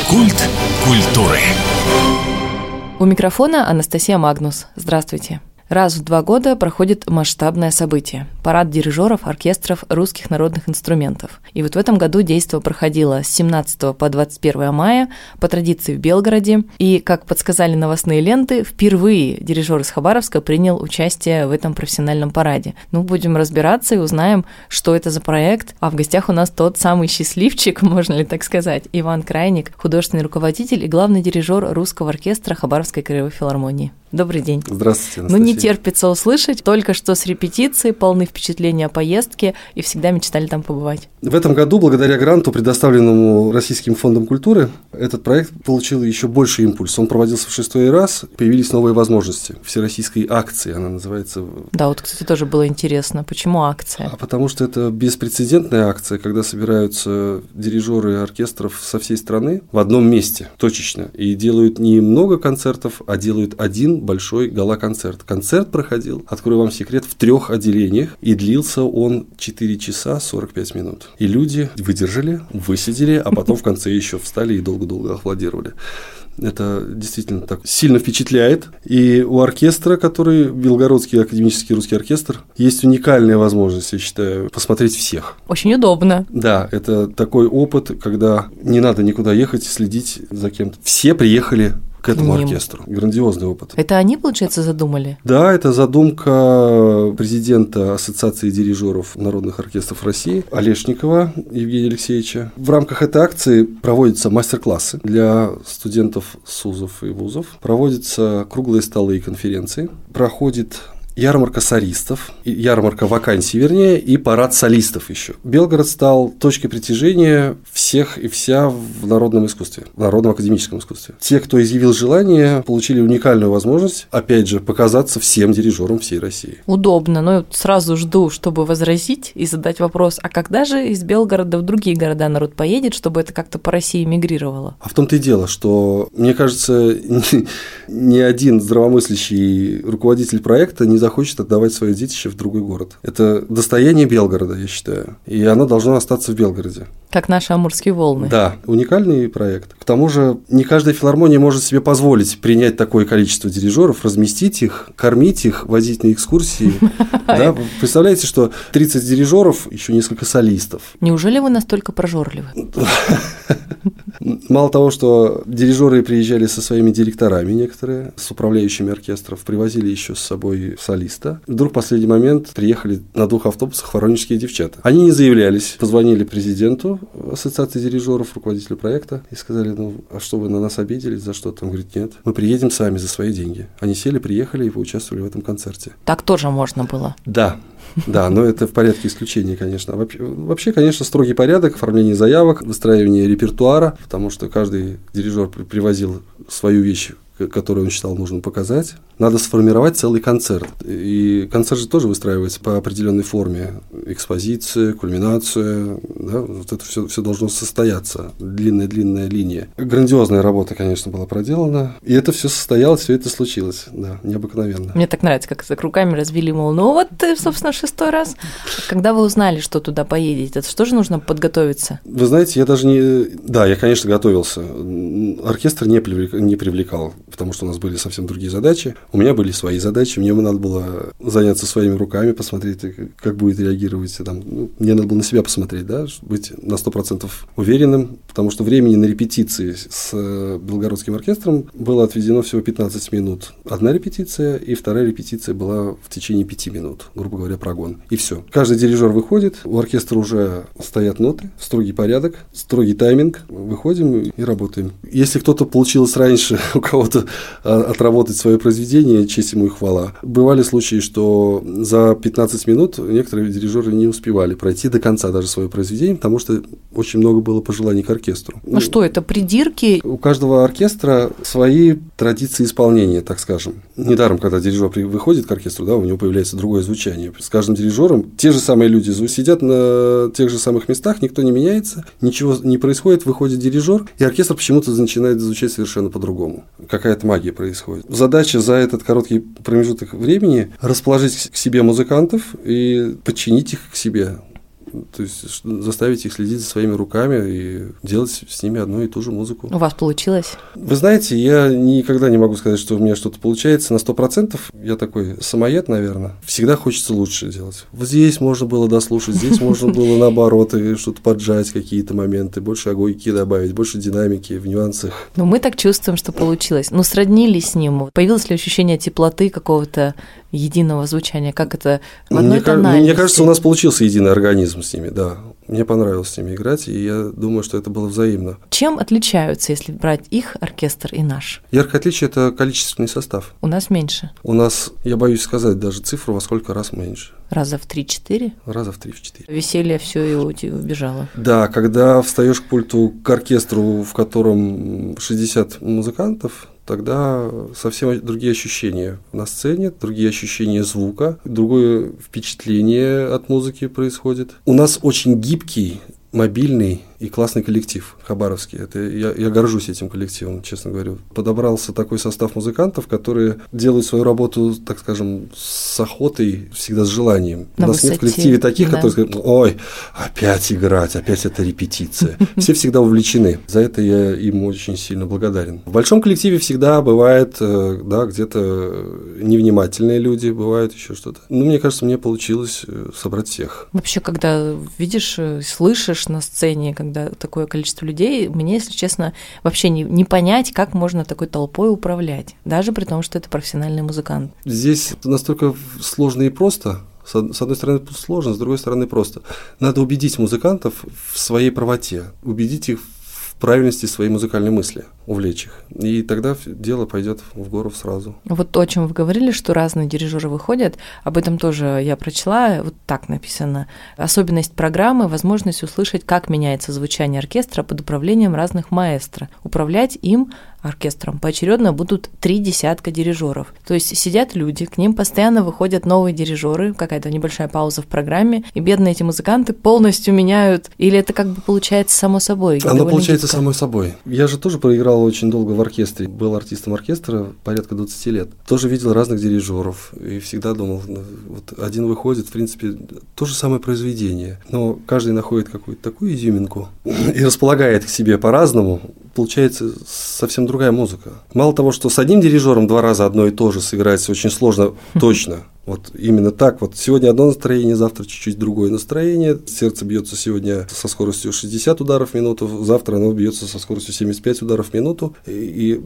Культ культуры. У микрофона Анастасия Магнус. Здравствуйте. Раз в 2 года проходит масштабное событие – парад дирижеров оркестров русских народных инструментов. И вот в этом году действо проходило с 17 по 21 мая по традиции в Белгороде. И, как подсказали новостные ленты, впервые дирижер из Хабаровска принял участие в этом профессиональном параде. Будем разбираться и узнаем, что это за проект. А в гостях у нас тот самый счастливчик, можно ли так сказать, Иван Крайник, художественный руководитель и главный дирижер русского оркестра Хабаровской краевой филармонии. Добрый день. Здравствуйте, Анастасия. Не терпится услышать. Только что с репетиции, полны впечатления о поездке и всегда мечтали там побывать. В этом году, благодаря гранту, предоставленному Российским фондом культуры, этот проект получил еще больше импульс. Он проводился в 6-й раз, появились новые возможности. Всероссийской акции, она называется. Да, вот, кстати, тоже было интересно. Почему акция? Потому что это беспрецедентная акция, когда собираются дирижеры оркестров со всей страны в одном месте, точечно, и делают не много концертов, а делают один большой гала-концерт. Концерт проходил, открою вам секрет, в 3 отделениях, и длился он 4 часа 45 минут. И люди выдержали, высидели, а потом в конце еще встали и долго-долго аплодировали. Это действительно так сильно впечатляет. И у оркестра, который Белгородский академический русский оркестр, есть уникальная возможность, я считаю, посмотреть всех. Очень удобно. Да, это такой опыт, когда не надо никуда ехать, следить за кем-то. Все приехали к этому оркестру. Грандиозный опыт. Это они, получается, задумали? Да, это задумка президента Ассоциации дирижеров народных оркестров России Олешникова Евгения Алексеевича. В рамках этой акции проводятся мастер-классы для студентов СУЗов и ВУЗов, проводятся круглые столы и конференции, проходит ярмарка солистов, ярмарка вакансий, вернее, и парад солистов еще. Белгород стал точкой притяжения всех и вся в народном искусстве, в народном академическом искусстве. Те, кто изъявил желание, получили уникальную возможность, опять же, показаться всем дирижерам всей России. Удобно, но сразу жду, чтобы возразить и задать вопрос, а когда же из Белгорода в другие города народ поедет, чтобы это как-то по России мигрировало? А в том-то и дело, что, мне кажется, ни один здравомыслящий руководитель проекта не захочет отдавать свое детище в другой город. Это достояние Белгорода, я считаю, и оно должно остаться в Белгороде. Как наши амурские волны. Да, уникальный проект. К тому же, не каждая филармония может себе позволить принять такое количество дирижеров, разместить их, кормить их, возить на экскурсии. Представляете, что 30 дирижеров, еще несколько солистов. Неужели вы настолько прожорливы? Мало того, что дирижеры приезжали со своими директорами некоторые, с управляющими оркестров, привозили еще с собой солиста. Вдруг в последний момент приехали на 2 автобусах воронежские девчата. Они не заявлялись, позвонили президенту Ассоциации дирижеров, руководителю проекта, и сказали, а что вы на нас обиделись, за что? Он говорит, нет, мы приедем сами за свои деньги. Они сели, приехали и поучаствовали в этом концерте. Так тоже можно было? Да. Да, но это в порядке исключения, конечно. Вообще, конечно, строгий порядок, оформление заявок, выстраивание репертуара, потому что каждый дирижер привозил свою вещь, которую он считал нужным показать. Надо сформировать целый концерт. И концерт же тоже выстраивается по определенной форме. Экспозиция, кульминация. Да? Вот это все должно состояться. Длинная линия. Грандиозная работа, конечно, была проделана. И это все состоялось, все это случилось. Да, необыкновенно. Мне так нравится, как так руками развели, мол, вот, собственно, 6-й раз. Когда вы узнали, что туда поедете, это что же нужно подготовиться? Вы знаете, я даже не... Да, я, конечно, готовился. Оркестр не привлекал, потому что у нас были совсем другие задачи. У меня были свои задачи, мне надо было заняться своими руками, посмотреть, как будет реагировать. Мне надо было на себя посмотреть, да, быть на 100% уверенным, потому что времени на репетиции с Белгородским оркестром было отведено всего 15 минут. Одна репетиция, и вторая репетиция была в течение 5 минут, грубо говоря, прогон. И все. Каждый дирижер выходит, у оркестра уже стоят ноты, строгий порядок, строгий тайминг. Выходим и работаем. Если кто-то получилось раньше у кого-то отработать свое произведение, честь ему и хвала. Бывали случаи, что за 15 минут некоторые дирижеры не успевали пройти до конца даже свое произведение, потому что очень много было пожеланий к оркестру. Что это, придирки? У каждого оркестра свои традиции исполнения, так скажем. Недаром, когда дирижер выходит к оркестру, да, у него появляется другое звучание. С каждым дирижером те же самые люди сидят на тех же самых местах, никто не меняется, ничего не происходит, выходит дирижер, и оркестр почему-то начинает звучать совершенно по-другому. Какая-то магия происходит. Задача за этот короткий промежуток времени расположить к себе музыкантов и подчинить их к себе. То есть заставить их следить за своими руками и делать с ними одну и ту же музыку. У вас получилось? Вы знаете, я никогда не могу сказать, что у меня что-то получается на 100%. Я такой самоед, наверное. Всегда хочется лучше делать. Вот здесь можно было дослушать, здесь можно было наоборот что-то поджать, какие-то моменты, больше огоньки добавить, больше динамики в нюансах. Ну, мы так чувствуем, что получилось. Ну, сроднились с ним. Появилось ли ощущение теплоты, какого-то единого звучания? Как это в одной тональности? Мне кажется, у нас получился единый организм с ними, да. Мне понравилось с ними играть, и я думаю, что это было взаимно. Чем отличаются, если брать их оркестр и наш? Яркое отличие – это количественный состав. У нас меньше. У нас, я боюсь сказать даже цифру, во сколько раз меньше. Раза в 3-4? Раза в 3-4. Веселье все и убежало. Да, когда встаешь к пульту, к оркестру, в котором 60 музыкантов, тогда совсем другие ощущения на сцене, другие ощущения звука, другое впечатление от музыки происходит. У нас очень гибкий, мобильный и классный коллектив хабаровский. Это я горжусь этим коллективом, честно говорю. Подобрался такой состав музыкантов, которые делают свою работу, так скажем, с охотой, всегда с желанием. У нас нет в коллективе таких, которые скажут: ой, опять играть, опять это репетиция. Все всегда увлечены. За это я им очень сильно благодарен. В большом коллективе всегда бывает, да, где-то невнимательные люди, бывает еще что-то. Но мне кажется, мне получилось собрать всех. Вообще, когда видишь, слышишь на сцене, когда такое количество людей, мне, если честно, вообще не понять, как можно такой толпой управлять, даже при том, что это профессиональный музыкант. Здесь настолько сложно и просто. С одной стороны сложно, с другой стороны просто. Надо убедить музыкантов в своей правоте, убедить их в правильности своей музыкальной мысли, увлечь их. И тогда дело пойдет в гору сразу. Вот то, о чем вы говорили, что разные дирижеры выходят, об этом тоже я прочла, вот так написано. Особенность программы – возможность услышать, как меняется звучание оркестра под управлением разных маэстро. Управлять им, оркестром, поочередно будут 3 десятка дирижеров. То есть сидят люди, к ним постоянно выходят новые дирижеры, какая-то небольшая пауза в программе, и бедные эти музыканты полностью меняют. Или это как бы получается само собой? Оно получается само собой. Я же тоже проиграл очень долго в оркестре, был артистом оркестра порядка 20 лет. Тоже видел разных дирижеров и всегда думал, вот один выходит, в принципе, то же самое произведение, но каждый находит какую-то такую изюминку и располагает к себе по-разному. Получается совсем другая музыка. Мало того, что с одним дирижером 2 раза одно и то же сыграть очень сложно, точно. Вот именно так. Вот сегодня одно настроение, завтра чуть-чуть другое настроение. Сердце бьется сегодня со скоростью 60 ударов в минуту, завтра оно бьется со скоростью 75 ударов в минуту. И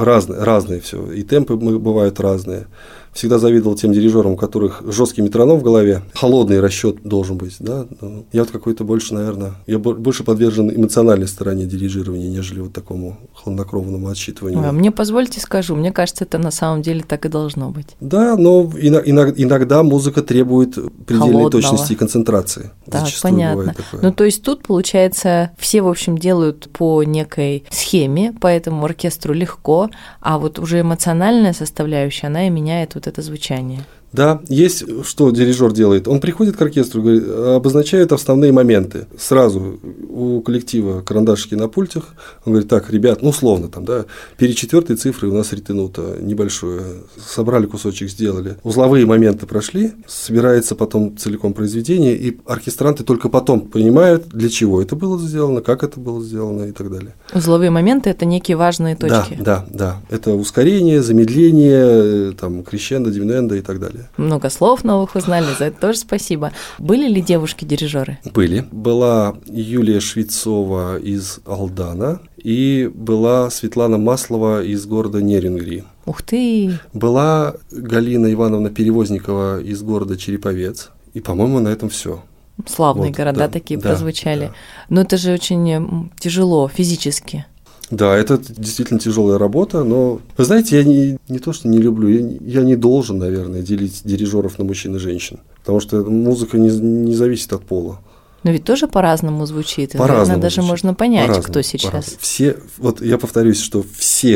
разные все. И темпы бывают разные. Всегда завидовал тем дирижерам, у которых жесткий метроном в голове, холодный расчет должен быть. Да? Я вот какой-то больше, наверное, я больше подвержен эмоциональной стороне дирижирования, нежели вот такому хладнокровному отсчитыванию. А мне позвольте скажу, мне кажется, это на самом деле так и должно быть. Да, но иногда музыка требует предельной холодного точности и концентрации. Так, понятно. Ну, то есть тут, получается, все, в общем, делают по некой схеме, поэтому оркестру легко, а вот уже эмоциональная составляющая, она и меняет вот это звучание. Да, есть, что дирижер делает. Он приходит к оркестру, говорит, обозначает основные моменты. Сразу у коллектива карандашики на пультах. Он говорит: так, ребят, условно там, да, перед 4-й цифрой у нас ретенуто небольшое. Собрали кусочек, сделали. Узловые моменты прошли, собирается потом целиком произведение, и оркестранты только потом понимают, для чего это было сделано, как это было сделано и так далее. Узловые моменты – это некие важные точки. Да. Это ускорение, замедление, там, крещендо, диминендо и так далее. Много слов новых узнали, за это тоже спасибо. Были ли девушки-дирижеры? Были. Была Юлия Швецова из Алдана и была Светлана Маслова из города Нерюнгри. Ух ты! Была Галина Ивановна Перевозникова из города Череповец. И, по-моему, на этом все. Славные города такие прозвучали. Да. Но это же очень тяжело физически. Да, это действительно тяжелая работа, но, вы знаете, я не то, что не люблю, я не должен, наверное, делить дирижеров на мужчин и женщин, потому что музыка не зависит от пола. Но ведь тоже по-разному звучит, по-разному даже звучит. Можно понять, кто сейчас. Все, вот я повторюсь, что все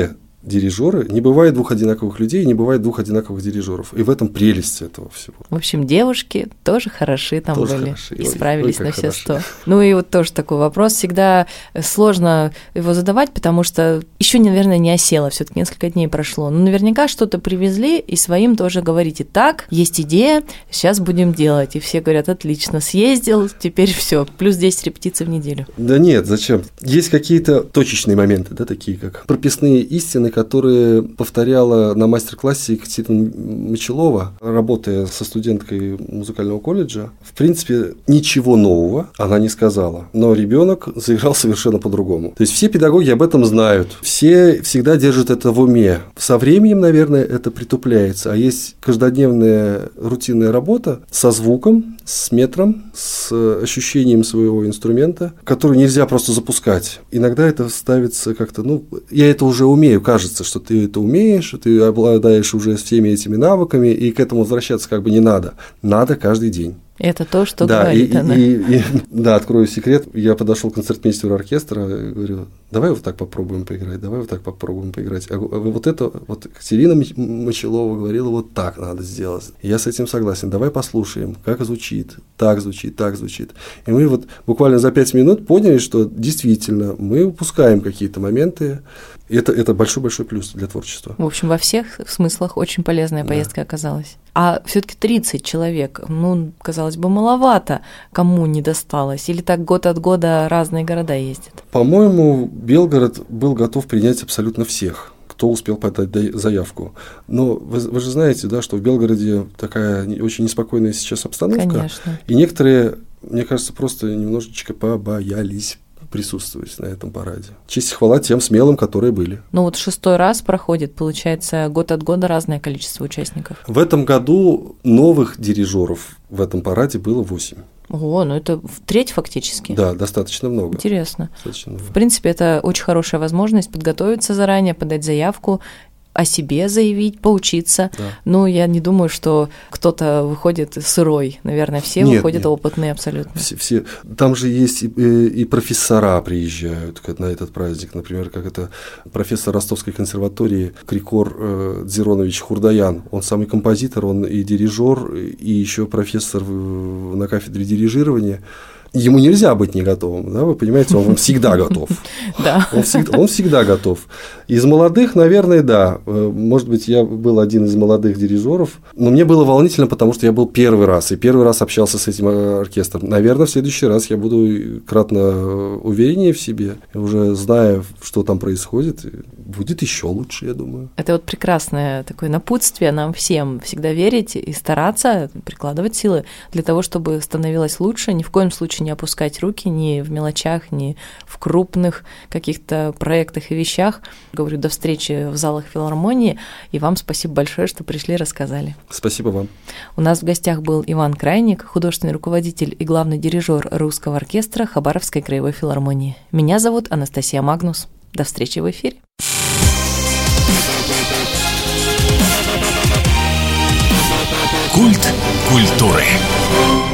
дирижеры, не бывает двух одинаковых людей, не бывает двух одинаковых дирижеров. И в этом прелесть этого всего. В общем, девушки тоже хороши там тоже были. Хороши. И справились на все 100. Хороши. Ну и вот тоже такой вопрос. Всегда сложно его задавать, потому что еще, наверное, не осело, все-таки несколько дней прошло. Но наверняка что-то привезли, и своим тоже говорите: так, есть идея, сейчас будем делать. И все говорят: отлично, съездил, теперь все, плюс 10 репетиций в неделю. Да нет, зачем? Есть какие-то точечные моменты, да, такие как прописные истины, которые повторяла на мастер-классе Екатерина Мочелова, работая со студенткой музыкального колледжа. В принципе, ничего нового она не сказала, но ребенок заиграл совершенно по-другому. То есть все педагоги об этом знают, все всегда держат это в уме. Со временем, наверное, это притупляется, а есть каждодневная рутинная работа со звуком, с метром, с ощущением своего инструмента, который нельзя просто запускать. Иногда это ставится как-то, я это уже умею, кажется, что ты это умеешь, ты обладаешь уже всеми этими навыками, и к этому возвращаться как бы не надо. Надо каждый день. Это то, что да, говорит она. Да, открою секрет. Я подошел к концертмейстеру оркестра и говорю: давай вот так попробуем поиграть, давай вот так попробуем поиграть. А вот это, вот Екатерина Мочелова говорила, вот так надо сделать. Я с этим согласен. Давай послушаем, как звучит, так звучит, так звучит. И мы вот буквально за 5 минут поняли, что действительно мы упускаем какие-то моменты. Это большой-большой плюс для творчества. В общем, во всех смыслах очень полезная поездка оказалась. А все-таки 30 человек, казалось бы, маловато, кому не досталось? Или так год от года разные города ездят? По-моему, Белгород был готов принять абсолютно всех, кто успел подать заявку. Но вы же знаете, да, что в Белгороде такая очень неспокойная сейчас обстановка. Конечно. И некоторые, мне кажется, просто немножечко побоялись присутствовать на этом параде. Честь и хвала тем смелым, которые были. Вот 6-й раз проходит, получается, год от года разное количество участников. В этом году новых дирижеров в этом параде было 8. Ого, это треть фактически. Да, достаточно много. Интересно. Достаточно много. В принципе, это очень хорошая возможность подготовиться заранее, подать заявку, о себе заявить, поучиться. Да. Я не думаю, что кто-то выходит сырой. Наверное, все выходят опытные абсолютно. Все. Там же есть и профессора приезжают на этот праздник. Например, как это профессор Ростовской консерватории Крикор Дзиронович Хурдаян. Он самый композитор, он и дирижер, и еще профессор на кафедре дирижирования. Ему нельзя быть не готовым, да, вы понимаете, он всегда готов. Да. Он всегда готов. Из молодых, наверное, да. Может быть, я был один из молодых дирижеров, но мне было волнительно, потому что я был первый раз, и первый раз общался с этим оркестром. Наверное, в следующий раз я буду кратно увереннее в себе, уже зная, что там происходит, будет еще лучше, я думаю. Это прекрасное такое напутствие нам всем всегда верить и стараться, прикладывать силы для того, чтобы становилось лучше, ни в коем случае не опускать руки ни в мелочах, ни в крупных каких-то проектах и вещах. Говорю, до встречи в залах филармонии, и вам спасибо большое, что пришли, рассказали. Спасибо вам. У нас в гостях был Иван Крайник, художественный руководитель и главный дирижер Русского оркестра Хабаровской краевой филармонии. Меня зовут Анастасия Магнус. До встречи в эфире. Культ культуры.